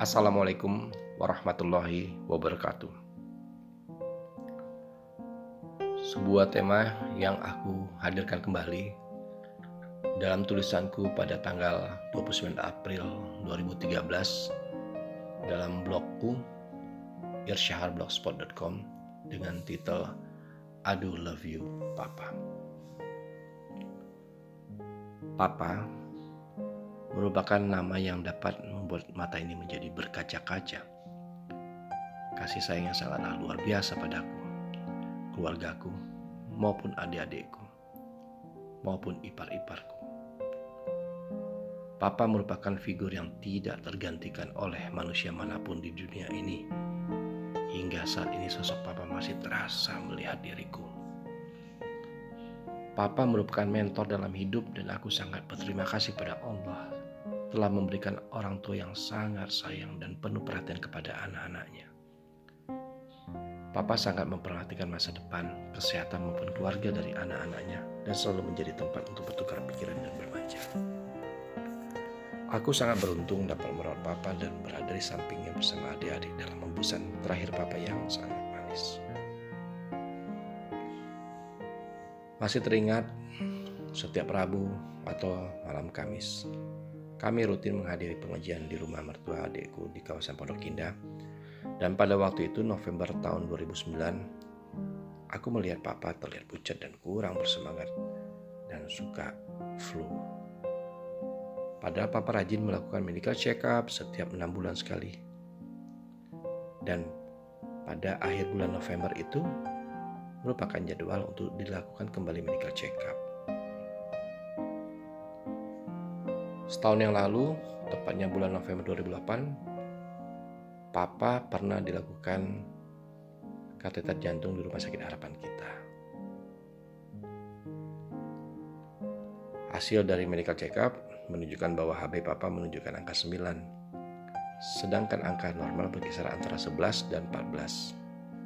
Assalamualaikum warahmatullahi wabarakatuh. Sebuah tema yang aku hadirkan kembali dalam tulisanku pada tanggal 29 April 2013 dalam blogku irsyaharblogspot.com dengan titel I Do Love You, Papa. Papa merupakan nama yang dapat membuat mata ini menjadi berkaca-kaca. Kasih sayang yang sangatlah luar biasa padaku, keluargaku, maupun adik-adikku, maupun ipar-iparku. Papa merupakan figur yang tidak tergantikan oleh manusia manapun di dunia ini. Hingga saat ini sosok Papa masih terasa melihat diriku. Papa merupakan mentor dalam hidup dan aku sangat berterima kasih pada Allah telah memberikan orang tua yang sangat sayang dan penuh perhatian kepada anak-anaknya. Papa sangat memperhatikan masa depan, kesehatan maupun keluarga dari anak-anaknya dan selalu menjadi tempat untuk bertukar pikiran dan bermanja. Aku sangat beruntung dapat merawat Papa dan berada di sampingnya bersama adik-adik dalam hembusan terakhir Papa yang sangat manis. Masih teringat setiap Rabu atau malam Kamis, kami rutin menghadiri pengajian di rumah mertua adikku di kawasan Pondok Indah. Dan pada waktu itu November tahun 2009, aku melihat Papa terlihat pucat dan kurang bersemangat dan suka flu. Padahal Papa rajin melakukan medical check-up setiap 6 bulan sekali. Dan pada akhir bulan November itu merupakan jadwal untuk dilakukan kembali medical check-up. Setahun yang lalu, tepatnya bulan November 2008, Papa pernah dilakukan kateter jantung di Rumah Sakit Harapan Kita. Hasil dari medical check-up menunjukkan bahwa HB Papa menunjukkan angka 9, sedangkan angka normal berkisar antara 11 dan 14.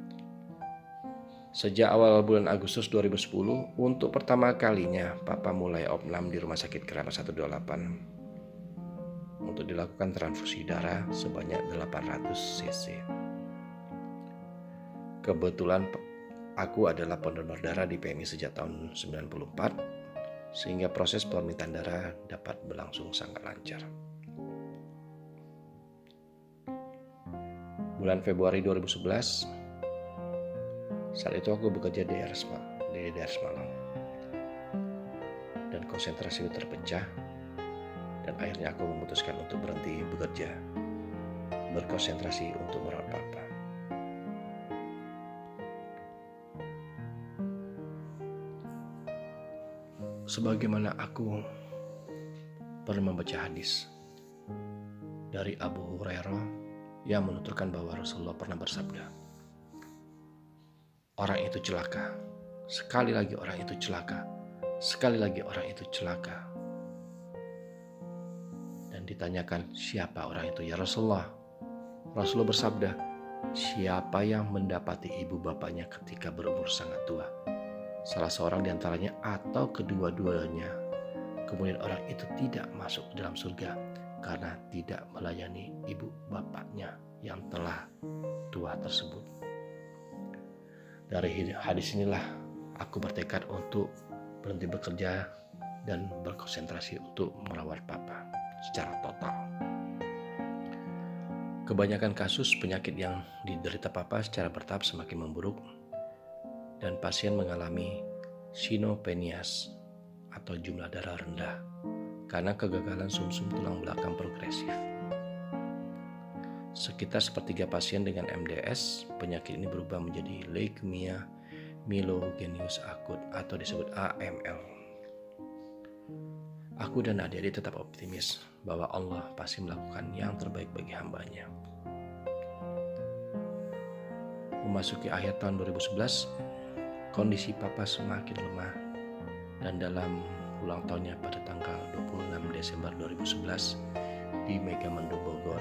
Sejak awal bulan Agustus 2010, untuk pertama kalinya Papa mulai opnam di Rumah Sakit Keramat 128 untuk dilakukan transfusi darah sebanyak 800 cc. Kebetulan aku adalah pendonor darah di PMI sejak tahun 94, sehingga proses permintaan darah dapat berlangsung sangat lancar. Bulan Februari 2011, saat itu aku bekerja di daerah Malang, dan konsentrasi itu terpecah. Dan akhirnya aku memutuskan untuk berhenti bekerja, berkonsentrasi untuk merawat Papa. Sebagaimana aku pernah membaca hadis dari Abu Hurairah yang menuturkan bahwa Rasulullah pernah bersabda, orang itu celaka, sekali lagi orang itu celaka, sekali lagi orang itu celaka. Dan ditanyakan, siapa orang itu ya Rasulullah? Rasulullah bersabda, siapa yang mendapati ibu bapaknya ketika berumur sangat tua, salah seorang diantaranya atau kedua-duanya, kemudian orang itu tidak masuk ke dalam surga karena tidak melayani ibu bapaknya yang telah tua tersebut. Dari hadis inilah aku bertekad untuk berhenti bekerja dan berkonsentrasi untuk merawat Papa secara total. Kebanyakan kasus penyakit yang diderita Papa secara bertahap semakin memburuk dan pasien mengalami sinopenias atau jumlah darah rendah karena kegagalan sumsum tulang belakang progresif. Sekitar sepertiga pasien dengan MDS, penyakit ini berubah menjadi leukemia myelogenous akut atau disebut AML. Aku dan adik-adik tetap optimis bahwa Allah pasti melakukan yang terbaik bagi hambanya. Memasuki akhir tahun 2011, kondisi Papa semakin lemah dan dalam ulang tahunnya pada tanggal 26 Desember 2011 di Megamendung Bogor,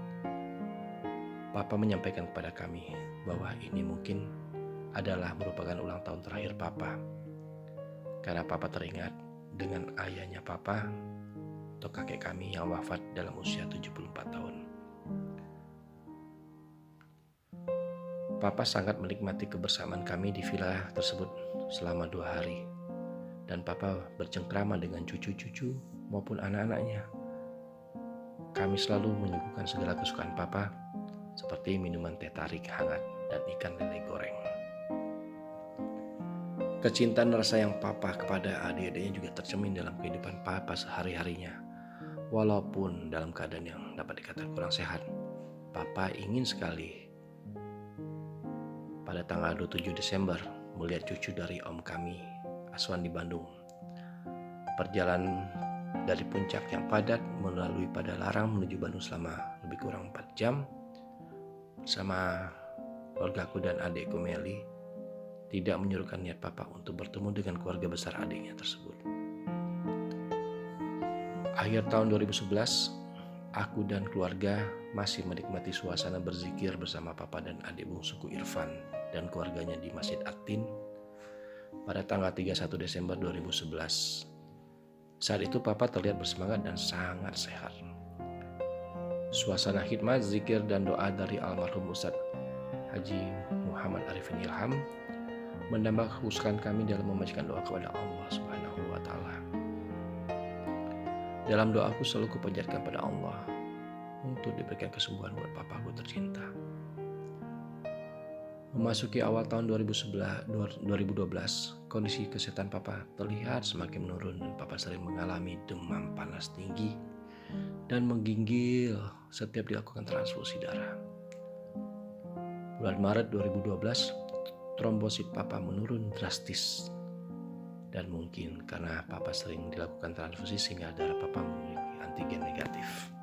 Papa menyampaikan kepada kami bahwa ini mungkin adalah merupakan ulang tahun terakhir Papa, karena Papa teringat dengan ayahnya Papa atau kakek kami yang wafat dalam usia 74 tahun. Papa sangat menikmati kebersamaan kami di villa tersebut selama 2 hari. Dan Papa bercengkrama dengan cucu-cucu maupun anak-anaknya. Kami selalu menyuguhkan segala kesukaan Papa, seperti minuman teh tarik hangat dan ikan lele goreng. Kecintaan rasa yang Papa kepada adik-adiknya juga tercermin dalam kehidupan Papa sehari-harinya. Walaupun dalam keadaan yang dapat dikatakan kurang sehat, Papa ingin sekali pada tanggal 27 Desember melihat cucu dari om kami, Aswan di Bandung. Perjalanan dari puncak yang padat melalui Padalarang menuju Bandung selama lebih kurang 4 jam bersama keluargaku dan adikku Meli tidak menyurutkan niat Papa untuk bertemu dengan keluarga besar adiknya tersebut. Akhir tahun 2011, aku dan keluarga masih menikmati suasana berzikir bersama Papa dan adik bungsuku Irfan dan keluarganya di Masjid At-Tin pada tanggal 31 Desember 2011. Saat itu Papa terlihat bersemangat dan sangat sehat. Suasana khidmat, zikir, dan doa dari almarhum Ustadz Haji Muhammad Arifin Ilham menambah kekhususan kami dalam memanjatkan doa kepada Allah Subhanahu wa Ta'ala. Dalam doaku selalu kupanjatkan pada Allah untuk diberikan kesembuhan buat papaku tercinta. Memasuki awal tahun 2012, kondisi kesehatan Papa terlihat semakin menurun dan Papa sering mengalami demam panas tinggi dan menggigil setiap dilakukan transfusi darah. Bulan Maret 2012, trombosit Papa menurun drastis. Dan mungkin karena Papa sering dilakukan transfusi sehingga darah Papa memiliki antigen negatif.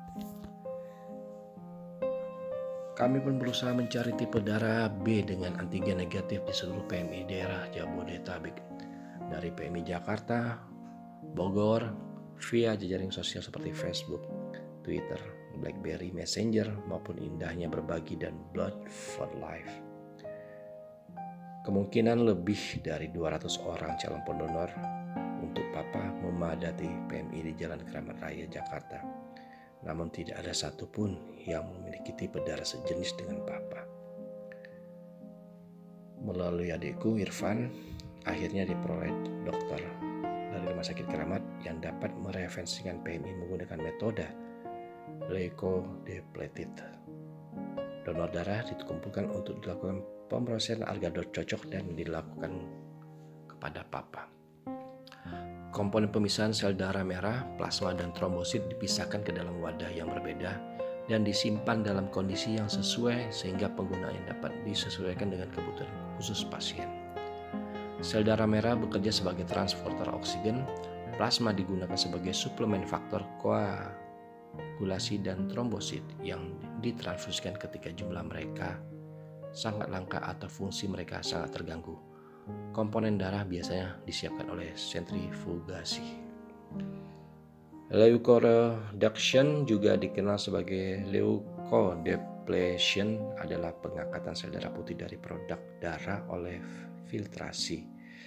Kami pun berusaha mencari tipe darah B dengan antigen negatif di seluruh PMI daerah Jabodetabek, dari PMI Jakarta, Bogor, via jejaring sosial seperti Facebook, Twitter, BlackBerry Messenger, maupun indahnya berbagi dan Blood for Life. Kemungkinan lebih dari 200 orang calon pendonor untuk Papa memadati PMI di Jalan Keramat Raya, Jakarta. Namun tidak ada satupun yang memiliki tipe darah sejenis dengan Papa. Melalui adikku Irfan, akhirnya diperoleh dokter dari Rumah Sakit Keramat yang dapat mereferensikan PMI menggunakan metode leukodepleted. Donor darah dikumpulkan untuk dilakukan pemrosesan agar cocok dan dilakukan kepada Papa. Komponen pemisahan sel darah merah, plasma, dan trombosit dipisahkan ke dalam wadah yang berbeda dan disimpan dalam kondisi yang sesuai sehingga penggunaannya dapat disesuaikan dengan kebutuhan khusus pasien. Sel darah merah bekerja sebagai transporter oksigen, plasma digunakan sebagai suplemen faktor koagulasi, dan trombosit yang ditransfusikan ketika jumlah mereka sangat langka atau fungsi mereka sangat terganggu. Komponen darah biasanya disiapkan oleh sentrifugasi. Leukoreduction juga dikenal sebagai leukodepletion, adalah pengangkatan sel darah putih dari produk darah oleh filtrasi.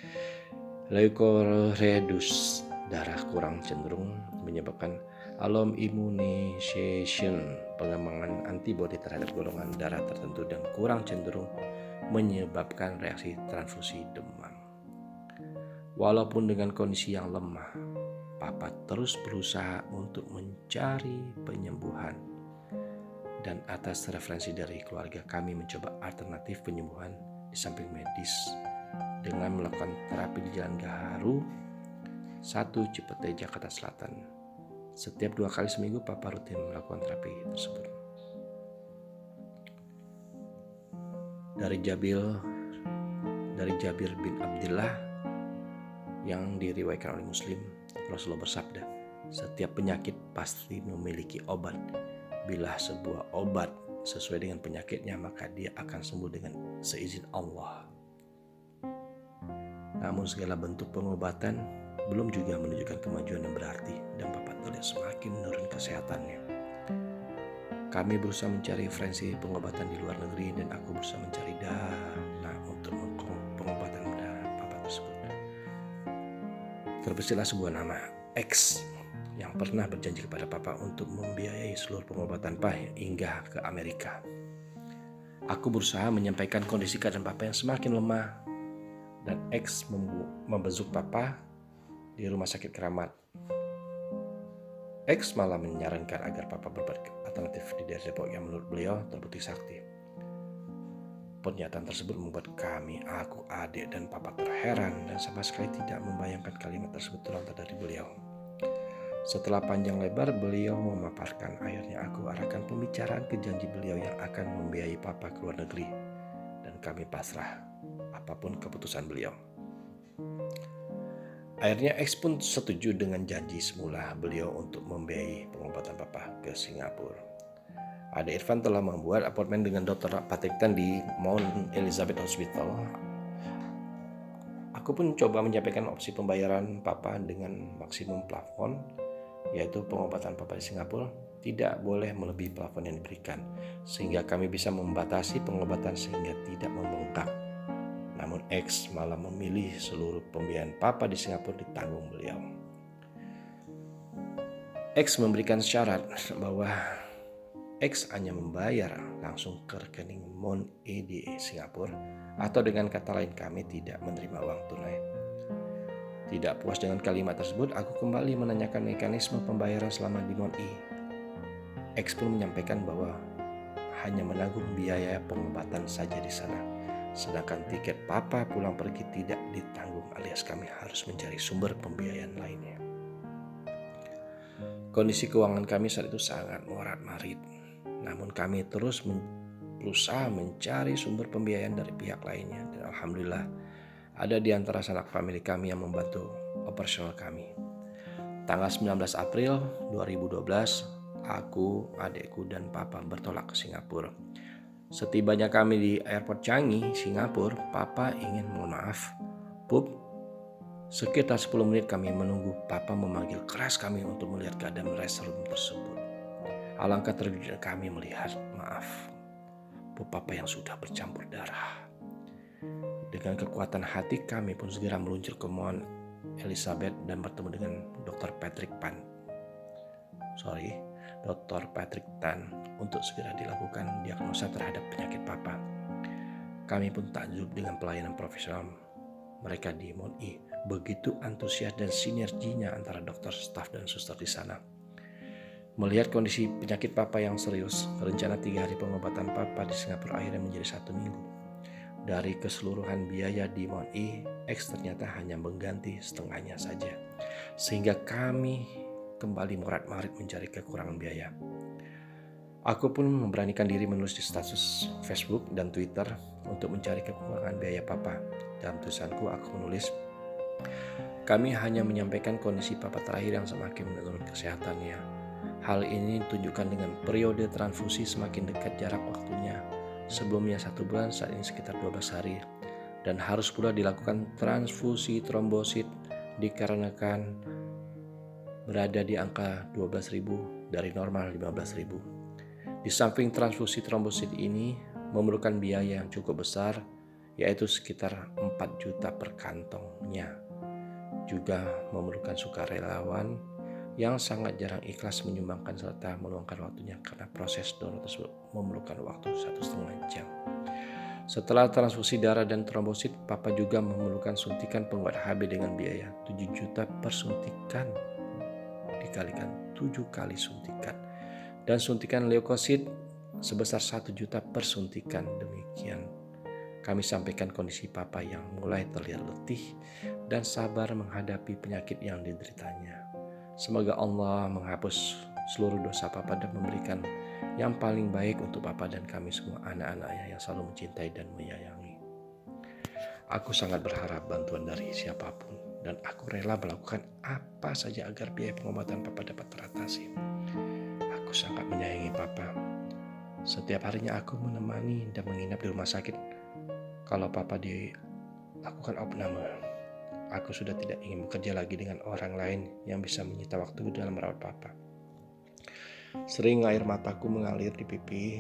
Leukoreduce darah kurang cenderung menyebabkan alloimmunization, pengembangan antibodi terhadap golongan darah tertentu, dan kurang cenderung menyebabkan reaksi transfusi demam. Walaupun dengan kondisi yang lemah, Papa terus berusaha untuk mencari penyembuhan. Dan atas referensi dari keluarga, kami mencoba alternatif penyembuhan di samping medis dengan melakukan terapi di Jalan Gaharu 1 Cipete, Jakarta Selatan. Setiap 2 kali seminggu Papa rutin melakukan terapi tersebut. Dari Jabir bin Abdullah yang diriwayatkan oleh Muslim, Rasulullah bersabda, setiap penyakit pasti memiliki obat. Bila sebuah obat sesuai dengan penyakitnya, maka dia akan sembuh dengan seizin Allah. Namun segala bentuk pengobatan belum juga menunjukkan kemajuan yang berarti, dan Papa terlihat semakin menurun kesehatannya. Kami berusaha mencari referensi pengobatan di luar negeri, dan aku berusaha mencari dana untuk pengobatan Papa tersebut. Terbesarlah sebuah nama, X, yang pernah berjanji kepada Papa untuk membiayai seluruh pengobatan Papa hingga ke Amerika. Aku berusaha menyampaikan kondisi keadaan papa yang semakin lemah, dan X membesuk papa di rumah sakit Keramat. X malah menyarankan agar papa berobat alternatif di daerah Depok yang menurut beliau terbukti sakti. Pernyataan tersebut membuat kami, aku, adik, dan papa terheran dan sama sekali tidak membayangkan kalimat tersebut terlontar dari beliau. Setelah panjang lebar beliau memaparkan, akhirnya aku arahkan pembicaraan ke janji beliau yang akan membiayai papa ke luar negeri, dan kami pasrah apapun keputusan beliau. Akhirnya X pun setuju dengan janji semula beliau untuk membiayai pengobatan papa ke Singapura. Ade Irfan telah membuat appointment dengan Dr. Patrick Tan di Mount Elizabeth Hospital. Aku pun coba menyampaikan opsi pembayaran papa dengan maksimum plafon, yaitu pengobatan papa di Singapura tidak boleh melebihi plafon yang diberikan, sehingga kami bisa membatasi pengobatan sehingga tidak membengkak. Namun X malah memilih seluruh pembiayaan papa di Singapura ditanggung beliau. X memberikan syarat bahwa X hanya membayar langsung ke rekening Mount E di Singapura, atau dengan kata lain kami tidak menerima uang tunai. Tidak puas dengan kalimat tersebut, aku kembali menanyakan mekanisme pembayaran selama di Mount E. X pun menyampaikan bahwa hanya menanggung biaya pengobatan saja di sana, sedangkan tiket papa pulang pergi tidak ditanggung, alias kami harus mencari sumber pembiayaan lainnya. Kondisi keuangan kami saat itu sangat morat-marit, namun kami terus berusaha mencari sumber pembiayaan dari pihak lainnya, dan alhamdulillah ada di antara sanak famili kami yang membantu operasional kami. Tanggal 19 April 2012, aku, adikku, dan papa bertolak ke Singapura. Setibanya kami di airport Changi, Singapura, papa ingin mohon maaf, Pup. Sekitar 10 menit kami menunggu papa memanggil keras kami untuk melihat keadaan restroom tersebut. Alangkah terkejutnya kami melihat, maaf, Pup papa yang sudah bercampur darah. Dengan kekuatan hati kami pun segera meluncur ke Mount Elizabeth dan bertemu dengan Dr. Patrick Tan untuk segera dilakukan diagnosa terhadap penyakit papa. Kami pun takjub dengan pelayanan profesional mereka di Mount E. Begitu antusias dan sinerginya antara dokter, staf, dan suster di sana. Melihat kondisi penyakit papa yang serius, rencana 3 hari pengobatan papa di Singapura akhirnya menjadi 1 minggu. Dari keseluruhan biaya di Mount E, X ternyata hanya mengganti setengahnya saja, sehingga kami kembali morat-marit mencari kekurangan biaya. Aku pun memberanikan diri menulis di status Facebook dan Twitter untuk mencari kekurangan biaya papa. Dalam tulisanku aku menulis, kami hanya menyampaikan kondisi papa terakhir yang semakin menurun kesehatannya. Hal ini ditunjukkan dengan periode transfusi semakin dekat jarak waktunya. Sebelumnya 1 bulan, saat ini sekitar 12 hari. Dan harus pula dilakukan transfusi trombosit dikarenakan berada di angka 12.000 dari normal 15.000. Di samping transfusi trombosit ini memerlukan biaya yang cukup besar, yaitu sekitar 4 juta per kantongnya. Juga memerlukan sukarelawan yang sangat jarang ikhlas menyumbangkan serta meluangkan waktunya, karena proses donor tersebut memerlukan waktu 1,5 jam. Setelah transfusi darah dan trombosit, papa juga memerlukan suntikan penguat HB dengan biaya 7 juta per suntikan, dikalikan 7 kali suntikan, dan suntikan leukosit sebesar 1 juta per suntikan. Demikian kami sampaikan kondisi papa yang mulai terlihat letih dan sabar menghadapi penyakit yang dideritanya. Semoga Allah menghapus seluruh dosa papa dan memberikan yang paling baik untuk papa dan kami semua anak-anaknya yang selalu mencintai dan menyayangi. Aku sangat berharap bantuan dari siapapun, dan aku rela melakukan apa saja agar biaya pengobatan papa dapat teratasi. Aku sangat menyayangi papa. Setiap harinya aku menemani dan menginap di rumah sakit kalau papa dilakukan opname. Aku sudah tidak ingin bekerja lagi dengan orang lain yang bisa menyita waktu dalam merawat papa. Sering air mataku mengalir di pipi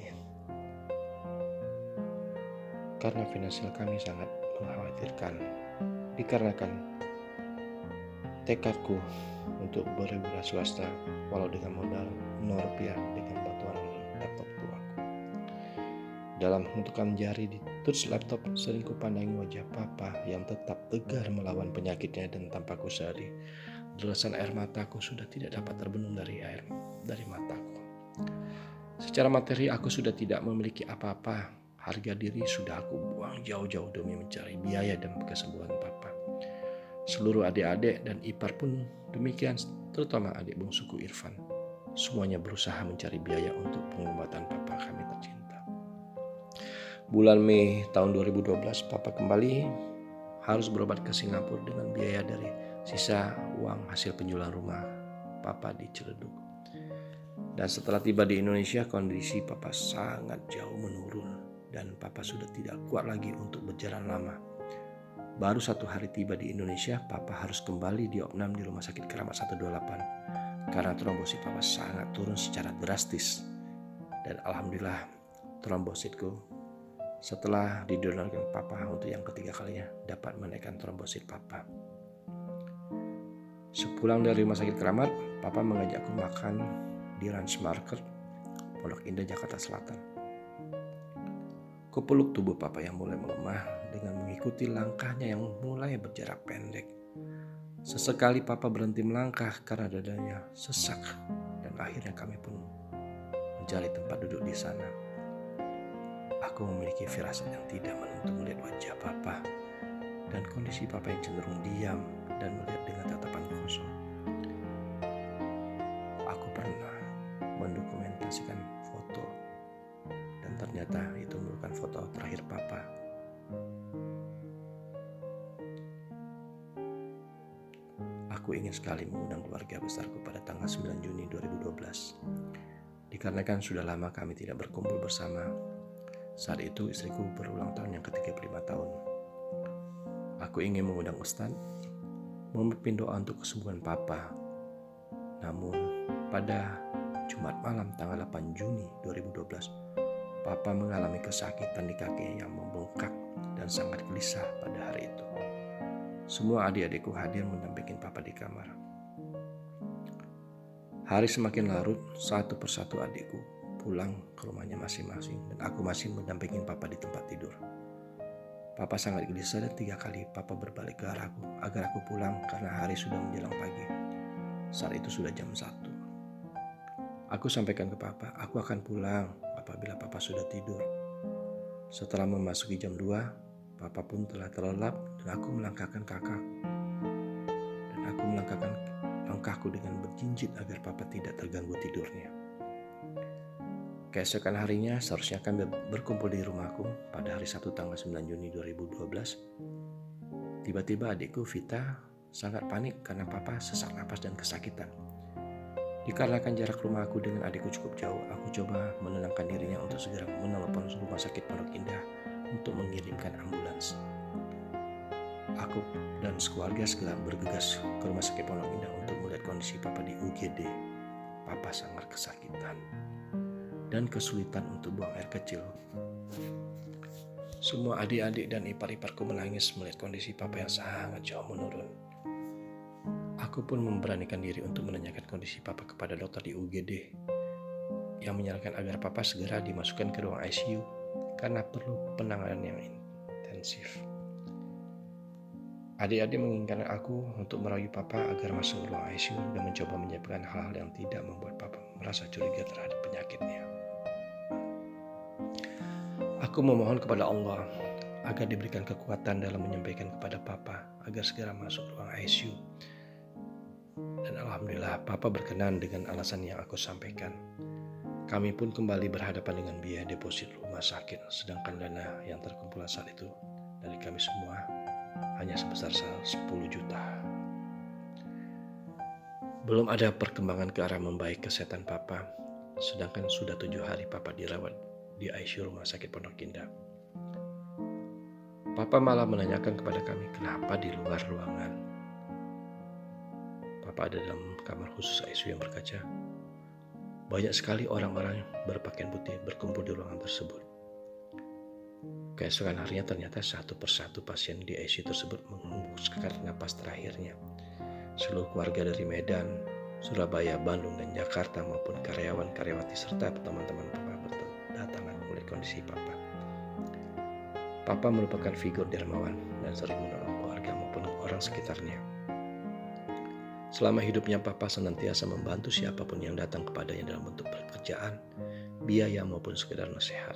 karena finansial kami sangat mengkhawatirkan, dikarenakan tekadku untuk berwira swasta walau dengan modal 0 rupiah dengan bantuan laptop tuaku. Dalam hentakan jari di touch laptop, sering kupandangi wajah papa yang tetap tegar melawan penyakitnya, dan tanpa kusadari, deresan air mataku sudah tidak dapat terbendung dari mataku. Secara materi aku sudah tidak memiliki apa-apa. Harga diri sudah aku buang jauh-jauh demi mencari biaya dan kesembuhan papa. Seluruh adik-adik dan ipar pun demikian, terutama adik bungsuku Irfan. Semuanya berusaha mencari biaya untuk pengobatan papa kami tercinta. Bulan Mei tahun 2012, papa kembali harus berobat ke Singapura dengan biaya dari sisa uang hasil penjualan rumah papa di Ciledug. Dan setelah tiba di Indonesia, kondisi papa sangat jauh menurun dan papa sudah tidak kuat lagi untuk berjalan lama. Baru 1 hari tiba di Indonesia, papa harus kembali diopnam di Rumah Sakit Keramat 128 karena trombosit papa sangat turun secara drastis. Dan alhamdulillah, trombositku setelah didonorkan papa untuk yang ketiga kalinya dapat menaikkan trombosit papa. Sepulang dari Rumah Sakit Keramat, papa mengajakku makan di Ranch Market, Pondok Indah, Jakarta Selatan. Kupeluk tubuh papa yang mulai melemah dengan mengikuti langkahnya yang mulai berjarak pendek. Sesekali papa berhenti melangkah karena dadanya sesak, dan akhirnya kami pun mencari tempat duduk di sana. Aku memiliki firasat yang tidak menentu melihat wajah papa dan kondisi papa yang cenderung diam dan melihat dengan tatapan kosong. Aku pernah mendokumentasikan foto dan ternyata itu merupakan foto terakhir papa. Aku ingin sekali mengundang keluarga besarku pada tanggal 9 Juni 2012. Dikarenakan sudah lama kami tidak berkumpul bersama. Saat itu istriku berulang tahun yang ke-35 tahun. Aku ingin mengundang Ustadz, memimpin doa untuk kesembuhan papa. Namun pada Jumat malam tanggal 8 Juni 2012, papa mengalami kesakitan di kaki yang membengkak dan sangat gelisah pada hari itu. Semua adik-adikku hadir mendampingi papa di kamar. Hari semakin larut, satu persatu adikku pulang ke rumahnya masing-masing dan aku masih mendampingi papa di tempat tidur. Papa sangat gelisah dan 3 kali papa berbalik ke arahku agar aku pulang karena hari sudah menjelang pagi. Saat itu sudah jam 1. Aku sampaikan ke papa, aku akan pulang apabila papa sudah tidur. Setelah memasuki jam 2, papa pun telah terlelap dan aku melangkahkan langkahku dengan berjinjit agar papa tidak terganggu tidurnya. Keesokan harinya seharusnya kami berkumpul di rumahku pada hari Sabtu tanggal 9 Juni 2012. Tiba-tiba adikku Vita sangat panik karena papa sesak napas dan kesakitan. Dikarenakan jarak rumahku dengan adikku cukup jauh, aku coba menenangkan dirinya untuk segera menelepon Rumah Sakit Pondok Indah untuk mengirimkan ambulans. Aku dan sekeluarga segera bergegas ke Rumah Sakit Pondok Indah untuk melihat kondisi papa di UGD. Papa sangat kesakitan dan kesulitan untuk buang air kecil. Semua adik-adik dan ipar-iparku menangis melihat kondisi papa yang sangat jauh menurun. Aku pun memberanikan diri untuk menanyakan kondisi papa kepada dokter di UGD yang menyarankan agar papa segera dimasukkan ke ruang ICU karena perlu penanganan yang intensif. Adik-adik menginginkan aku untuk merayu papa agar masuk ke ruang ICU dan mencoba menyiapkan hal-hal yang tidak membuat papa merasa curiga terhadap penyakitnya. Aku memohon kepada Allah agar diberikan kekuatan dalam menyampaikan kepada papa agar segera masuk ruang ICU. Dan alhamdulillah papa berkenan dengan alasan yang aku sampaikan. Kami pun kembali berhadapan dengan biaya deposit rumah sakit, sedangkan dana yang terkumpul saat itu dari kami semua hanya sebesar 10 juta. Belum ada perkembangan ke arah membaik kesehatan papa, sedangkan sudah 7 hari papa dirawat di ICU Rumah Sakit Pondok Indah. Papa malah menanyakan kepada kami kenapa di luar ruangan. Papa ada dalam kamar khusus ICU yang berkaca. Banyak sekali orang-orang berpakaian putih berkumpul di ruangan tersebut. Keesokan harinya ternyata satu persatu pasien di ICU tersebut menghembuskan napas terakhirnya. Seluruh keluarga dari Medan, Surabaya, Bandung, dan Jakarta maupun karyawan-karyawati serta teman-teman papa berdatangan melihat kondisi papa. Papa merupakan figur dermawan dan sering menolong keluarga maupun orang sekitarnya. Selama hidupnya, Papa senantiasa membantu siapapun yang datang kepadanya dalam bentuk pekerjaan, biaya maupun sekedar nasihat.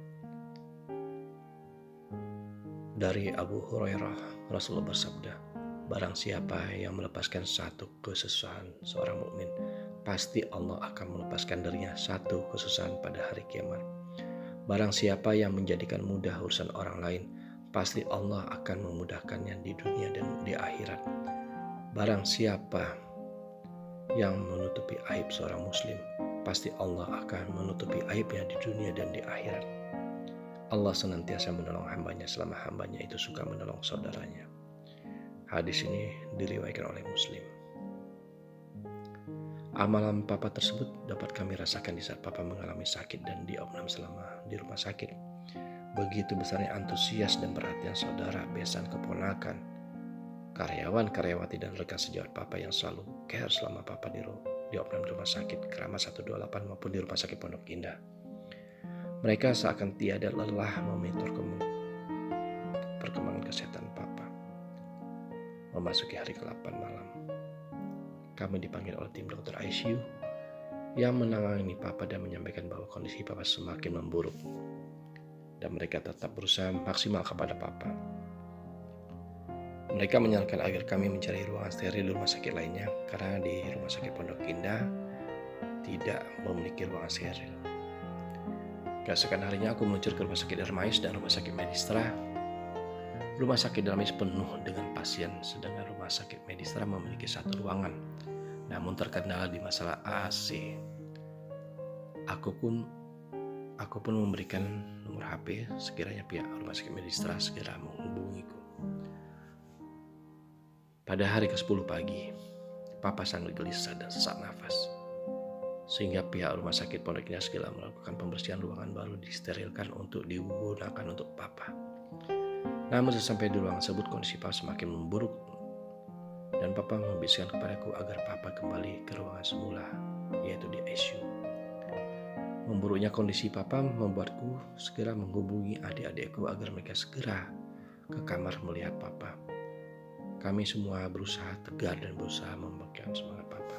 Dari Abu Hurairah, Rasulullah bersabda, "Barang siapa yang melepaskan satu kesusahan seorang mukmin, pasti Allah akan melepaskan darinya satu kesusahan pada hari kiamat. Barang siapa yang menjadikan mudah urusan orang lain, pasti Allah akan memudahkannya di dunia dan di akhirat. Barang siapa yang menutupi aib seorang muslim, pasti Allah akan menutupi aibnya di dunia dan di akhirat. Allah senantiasa menolong hambanya selama hambanya itu suka menolong saudaranya." Hadis ini diriwayatkan oleh Muslim. Amalan Papa tersebut dapat kami rasakan di saat Papa mengalami sakit dan diopnam selama di rumah sakit. Begitu besarnya antusias dan perhatian saudara, besan, keponakan, karyawan-karyawati dan rekan sejawat Papa yang selalu care selama Papa diopnam di rumah sakit Kramat 128 maupun di rumah sakit Pondok Indah. Mereka seakan tiada lelah memonitor perkembangan kesehatan Papa. Memasuki hari ke-8 malam, kami dipanggil oleh tim dokter ICU yang menangani Papa dan menyampaikan bahwa kondisi Papa semakin memburuk dan mereka tetap berusaha maksimal kepada Papa. Mereka menyarankan agar kami mencari ruangan steril di rumah sakit lainnya karena di rumah sakit Pondok Indah tidak memiliki ruangan steril. Keesokan harinya aku meluncur ke rumah sakit Darmais dan rumah sakit Medistra. Rumah sakit Darmais penuh dengan pasien, sedangkan rumah sakit Medistra memiliki satu ruangan, namun terkendala di masalah AC. Aku pun memberikan nomor HP sekiranya pihak rumah sakit Medistra segera menghubungiku. Pada hari ke-10 pagi, Papa sangat gelisah dan sesak nafas, sehingga pihak rumah sakit Pondok Indah segera melakukan pembersihan ruangan baru disterilkan untuk digunakan untuk Papa. Namun sesampai di ruangan tersebut, kondisi Papa semakin memburuk dan Papa membisikkan kepadaku agar Papa kembali ke ruangan semula, yaitu di ICU. Memburuknya kondisi Papa membuatku segera menghubungi adik-adikku agar mereka segera ke kamar melihat Papa. Kami semua berusaha tegar dan berusaha membangkitkan semangat Papa.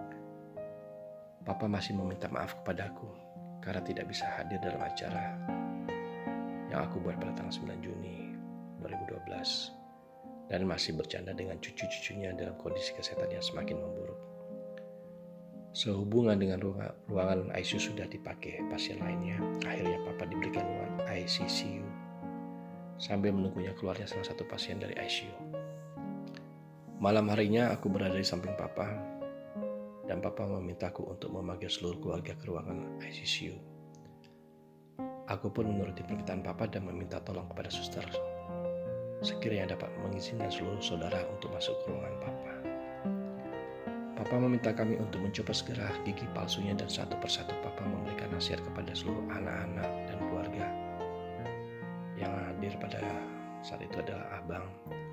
Papa masih meminta maaf kepadaku karena tidak bisa hadir dalam acara yang aku buat pada tanggal 9 Juni 2012 dan masih bercanda dengan cucu-cucunya dalam kondisi kesehatan yang semakin memburuk. Sehubungan dengan ruangan ICU sudah dipakai pasien lainnya, akhirnya Papa diberikan ruangan ICCU sambil menunggunya keluarnya salah satu pasien dari ICU. Malam harinya aku berada di samping Papa dan Papa memintaku untuk memanggil seluruh keluarga ke ruangan ICCU. Aku pun menuruti permintaan Papa dan meminta tolong kepada suster sekiranya dapat mengizinkan seluruh saudara untuk masuk ke ruangan Papa. Papa meminta kami untuk mencoba segera gigi palsunya dan satu persatu Papa memberikan nasihat kepada seluruh anak-anak dan keluarga. Yang hadir pada saat itu adalah abang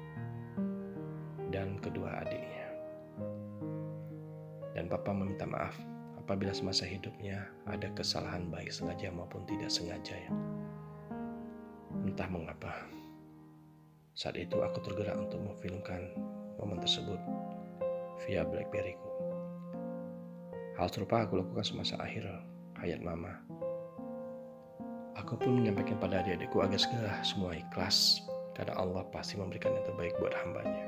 dan kedua adiknya. Dan Papa meminta maaf apabila semasa hidupnya ada kesalahan baik sengaja maupun tidak sengaja ya. Entah mengapa, saat itu aku tergerak untuk memfilmkan momen tersebut via BlackBerry-ku. Hal serupa aku lakukan semasa akhir hayat Mama. Aku pun menyampaikan pada adik-adikku agar segera semua ikhlas karena Allah pasti memberikan yang terbaik buat hambanya.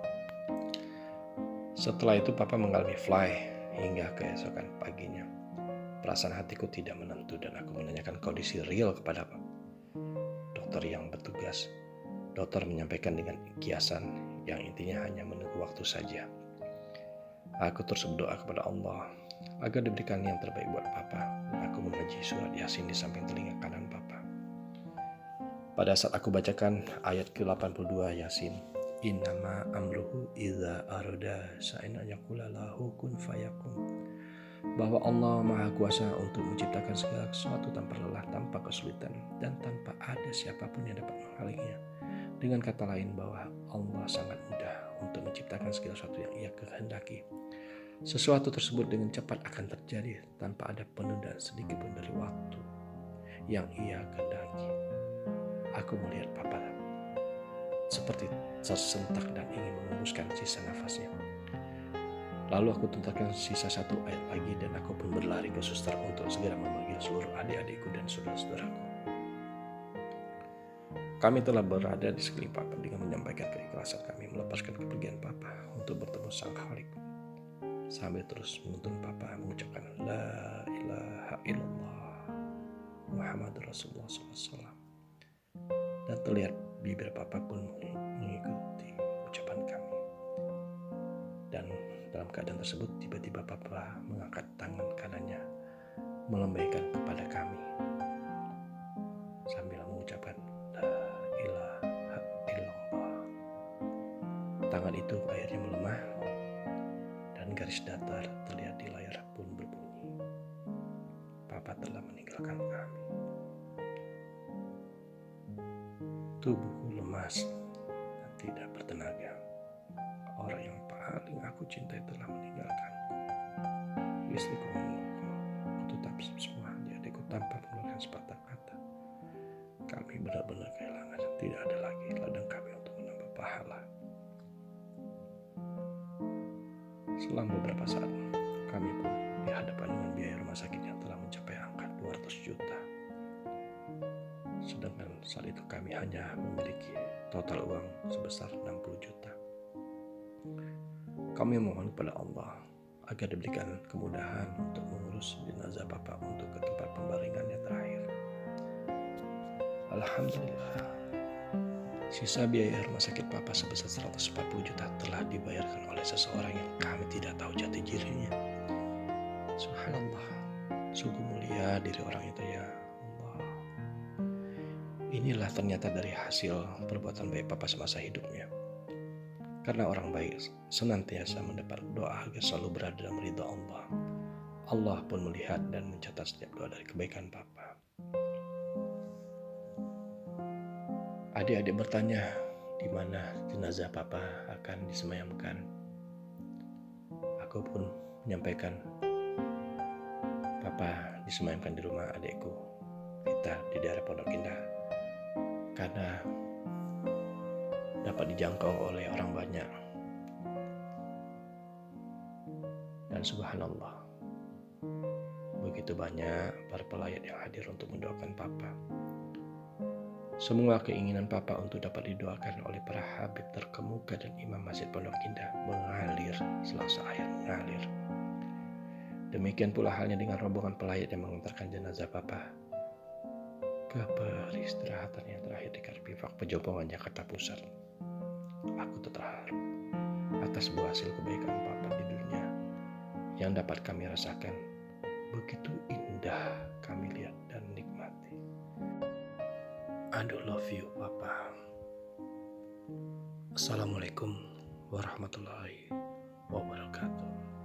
Setelah itu Papa mengalami fly hingga keesokan paginya. Perasaan hatiku tidak menentu dan aku menanyakan kondisi real kepada dokter yang bertugas. Dokter menyampaikan dengan kiasan yang intinya hanya menunggu waktu saja. Aku terus berdoa kepada Allah agar diberikan yang terbaik buat Papa. Aku mengaji surat Yasin di samping telinga kanan Papa. Pada saat aku bacakan ayat ke-82 Yasin, innama amruhu idza arada sa'an yaqula lahu kun fayakun, bahwa Allah Maha Kuasa untuk menciptakan segala sesuatu tanpa lelah, tanpa kesulitan, dan tanpa ada siapapun yang dapat menghalanginya. Dengan kata lain bahwa Allah sangat mudah untuk menciptakan segala sesuatu yang Ia kehendaki. Sesuatu tersebut dengan cepat akan terjadi tanpa ada penundaan sedikit pun dari waktu yang Ia kehendaki. aku melihat Papa seperti tersentak dan ingin mengembuskan sisa nafasnya. Lalu aku tuntaskan sisa 1 ayat lagi dan aku pun berlari ke suster untuk segera memanggil seluruh adik-adikku dan saudara-saudaraku. Kami telah berada di sekeliling Papa dengan menyampaikan keikhlasan kami melepaskan kepergian Papa untuk bertemu Sang Khalik, sambil terus menuntun Papa mengucapkan La ilaha illallah Muhammad Rasulullah SAW. Dan terlihat bibir Papa pun mengikuti ucapan kami. Dan dalam keadaan tersebut tiba-tiba Papa mengangkat tangan kanannya melambaikan kepada kami sambil mengucapkan La ilaha illallah. Tangan itu akhirnya melemah dan garis datar terlihat di layar pun berbunyi. Papa telah meninggalkan kami. Tubuhku lemas dan tidak bertenaga. Orang yang paling aku cintai telah meninggalkanku. Istriku memelukku. Aku tetap semua adik-adikku tanpa mengeluarkan sepatah kata. Kami benar-benar kehilangan. Tidak ada lagi ladang kami untuk menambah pahala. Selang beberapa saat, kami pun dihadapkan dengan biaya rumah sakit yang telah mencapai angka 200 juta. Sedangkan saat itu kami hanya memiliki total uang sebesar 60 juta. Kami mohon kepada Allah agar diberikan kemudahan untuk mengurus jenazah Papa untuk ke tempat pembaringannya terakhir. Alhamdulillah, sisa biaya rumah sakit Papa sebesar 140 juta telah dibayarkan oleh seseorang yang kami tidak tahu jati dirinya. Subhanallah, sungguh mulia diri orang itu ya Allah. Inilah ternyata dari hasil perbuatan baik Papa semasa hidupnya. Karena orang baik senantiasa mendapat doa agar selalu berada dalam ridha Allah. Allah pun melihat dan mencatat setiap doa dari kebaikan Papa. Adik-adik bertanya, di mana jenazah Papa akan disemayamkan? Aku pun menyampaikan, Papa disemayamkan di rumah adikku, Vita, di daerah Pondok Indah. Karena dapat dijangkau oleh orang banyak. Dan subhanallah, begitu banyak para pelayat yang hadir untuk mendoakan Papa. Semua keinginan Papa untuk dapat didoakan oleh para habib terkemuka dan imam Masjid Pondok Indah mengalir selasa air mengalir. Demikian pula halnya dengan rombongan pelayat yang mengantarkan jenazah Papa ke peristirahatan yang terakhir di Karpifak Pejompongan, Jakarta Pusat. Aku terharu atas sebuah hasil kebaikan Papa di dunia yang dapat kami rasakan. Begitu indah kami lihat dan nikmati. I do love you, Papa. Assalamualaikum warahmatullahi wabarakatuh.